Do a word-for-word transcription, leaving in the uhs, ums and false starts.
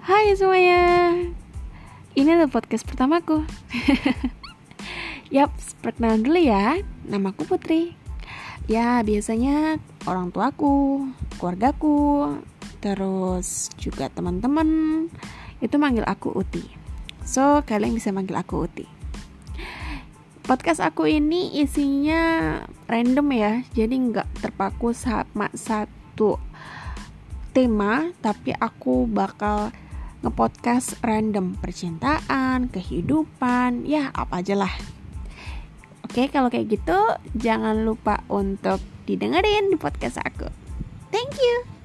Hai semuanya, ini adalah podcast pertamaku. Yap, perkenalan dulu ya. Namaku Putri. Ya, biasanya orang tuaku, keluargaku, terus juga teman-teman itu manggil aku Uti. So, kalian bisa manggil aku Uti. Podcast aku ini isinya random ya, jadi nggak terpaku sama satu tema, tapi aku bakal ngepodcast random percintaan, kehidupan, ya apa aja lah. Oke, kalau kayak gitu jangan lupa untuk didengerin di podcast aku. Thank you.